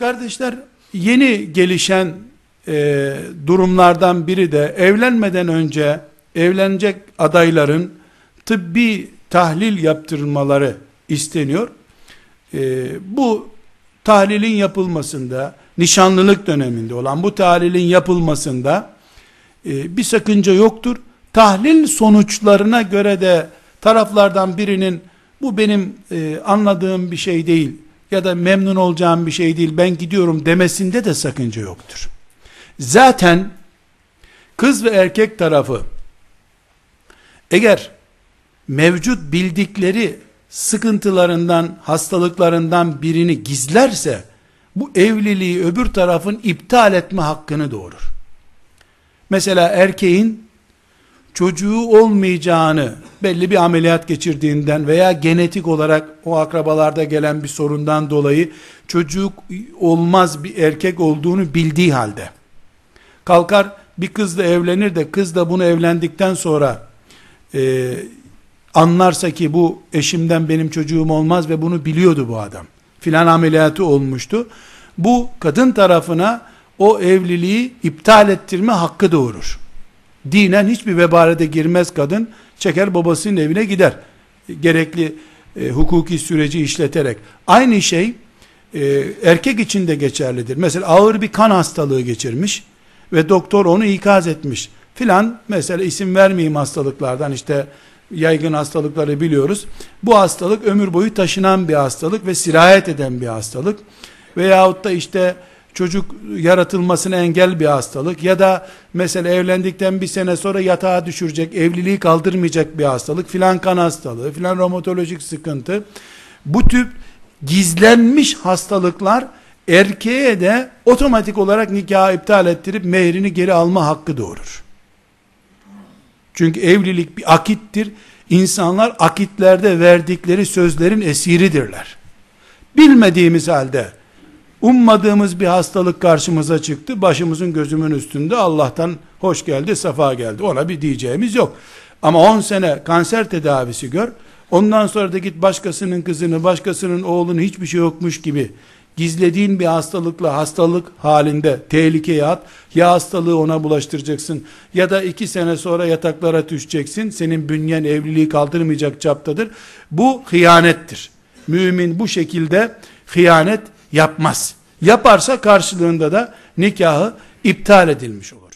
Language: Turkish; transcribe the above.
Kardeşler, yeni gelişen durumlardan biri de evlenmeden önce evlenecek adayların tıbbi tahlil yaptırmaları isteniyor. Bu tahlilin yapılmasında, nişanlılık döneminde olan bu tahlilin yapılmasında bir sakınca yoktur. Tahlil sonuçlarına göre de taraflardan birinin bu benim anladığım bir şey değil ya da memnun olacağım bir şey değil, ben gidiyorum demesinde de sakınca yoktur. Zaten kız ve erkek tarafı eğer mevcut bildikleri sıkıntılarından, hastalıklarından birini gizlerse, bu evliliği öbür tarafın iptal etme hakkını doğurur. Mesela erkeğin çocuğu olmayacağını belli bir ameliyat geçirdiğinden veya genetik olarak o akrabalarda gelen bir sorundan dolayı çocuk olmaz bir erkek olduğunu bildiği halde kalkar bir kızla evlenir de kız da bunu evlendikten sonra anlarsa ki bu eşimden benim çocuğum olmaz ve bunu biliyordu bu adam, filan ameliyatı olmuştu, bu kadın tarafına o evliliği iptal ettirme hakkı doğurur. Dinen hiçbir vebale de girmez kadın, çeker babasının evine gider gerekli hukuki süreci işleterek. Aynı şey erkek için de geçerlidir. Mesela ağır bir kan hastalığı geçirmiş ve doktor onu ikaz etmiş filan, mesela isim vermeyeyim hastalıklardan, işte yaygın hastalıkları biliyoruz. Bu hastalık ömür boyu taşınan bir hastalık ve sirayet eden bir hastalık. Veyahut da işte çocuk yaratılmasına engel bir hastalık ya da mesela evlendikten bir sene sonra yatağa düşürecek, evliliği kaldırmayacak bir hastalık, filan kan hastalığı, filan romatolojik sıkıntı. Bu tip gizlenmiş hastalıklar erkeğe de otomatik olarak nikahı iptal ettirip mehrini geri alma hakkı doğurur. Çünkü evlilik bir akittir. İnsanlar akitlerde verdikleri sözlerin esiridirler. Bilmediğimiz halde ummadığımız bir hastalık karşımıza çıktı. Başımızın gözümün üstünde, Allah'tan hoş geldi, sefa geldi. Ona bir diyeceğimiz yok. Ama 10 sene kanser tedavisi gör. Ondan sonra da git başkasının kızını, başkasının oğlunu hiçbir şey yokmuş gibi gizlediğin bir hastalıkla hastalık halinde tehlikeye at. Ya hastalığı ona bulaştıracaksın ya da 2 sene sonra yataklara düşeceksin. Senin bünyen evliliği kaldırmayacak çaptadır. Bu hıyanettir. Mümin bu şekilde hıyanet yapmaz. Yaparsa karşılığında da nikahı iptal edilmiş olur.